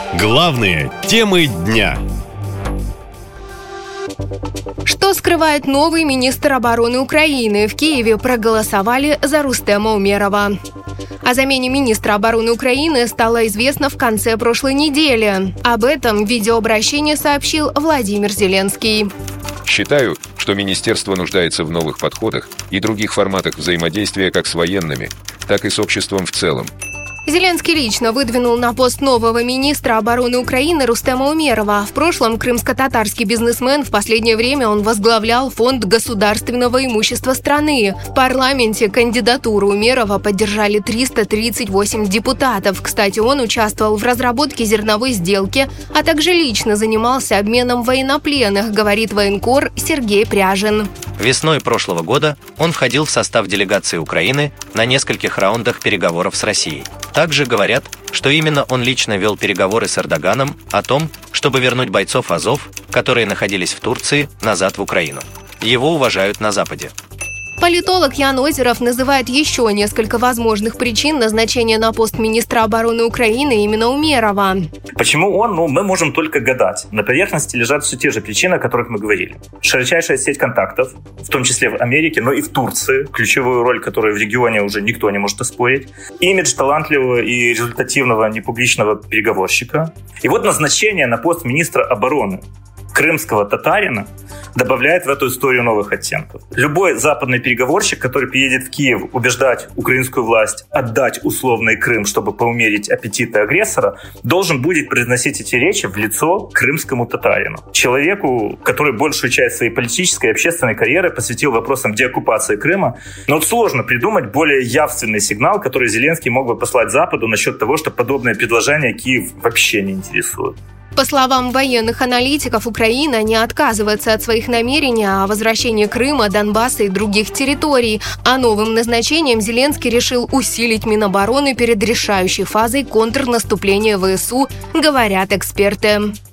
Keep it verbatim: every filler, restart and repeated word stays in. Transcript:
Главные темы дня. Что скрывает новый министр обороны Украины? В Киеве проголосовали за Рустема Умерова. О замене министра обороны Украины стало известно в конце прошлой недели. Об этом в видеообращении сообщил Владимир Зеленский. Считаю, что министерство нуждается в новых подходах и других форматах взаимодействия как с военными, так и с обществом в целом. Зеленский лично выдвинул на пост нового министра обороны Украины Рустема Умерова. В прошлом крымско-татарский бизнесмен, в последнее время он возглавлял Фонд государственного имущества страны. В парламенте кандидатуру Умерова поддержали триста тридцать восемь депутатов. Кстати, он участвовал в разработке зерновой сделки, а также лично занимался обменом военнопленных, говорит военкор Сергей Пряжин. Весной прошлого года он входил в состав делегации Украины на нескольких раундах переговоров с Россией. Также говорят, что именно он лично вел переговоры с Эрдоганом о том, чтобы вернуть бойцов Азов, которые находились в Турции, назад в Украину. Его уважают на Западе. Политолог Ян Озеров называет еще несколько возможных причин назначения на пост министра обороны Украины именно Умерова. Почему он? Ну, мы можем только гадать. На поверхности лежат все те же причины, о которых мы говорили. Широчайшая сеть контактов, в том числе в Америке, но и в Турции, ключевую роль которой в регионе уже никто не может оспорить. Имидж талантливого и результативного непубличного переговорщика. И вот назначение на пост министра обороны крымского татарина добавляет в эту историю новых оттенков. Любой западный переговорщик, который приедет в Киев убеждать украинскую власть отдать условный Крым, чтобы поумерить аппетиты агрессора, должен будет произносить эти речи в лицо крымскому татарину. Человеку, который большую часть своей политической и общественной карьеры посвятил вопросам деоккупации Крыма. Но вот сложно придумать более явственный сигнал, который Зеленский мог бы послать Западу насчет того, что подобное предложение Киев вообще не интересует. По словам военных аналитиков, Украина не отказывается от своих намерений о возвращении Крыма, Донбасса и других территорий. А новым назначением Зеленский решил усилить Минобороны перед решающей фазой контрнаступления ВСУ, говорят эксперты.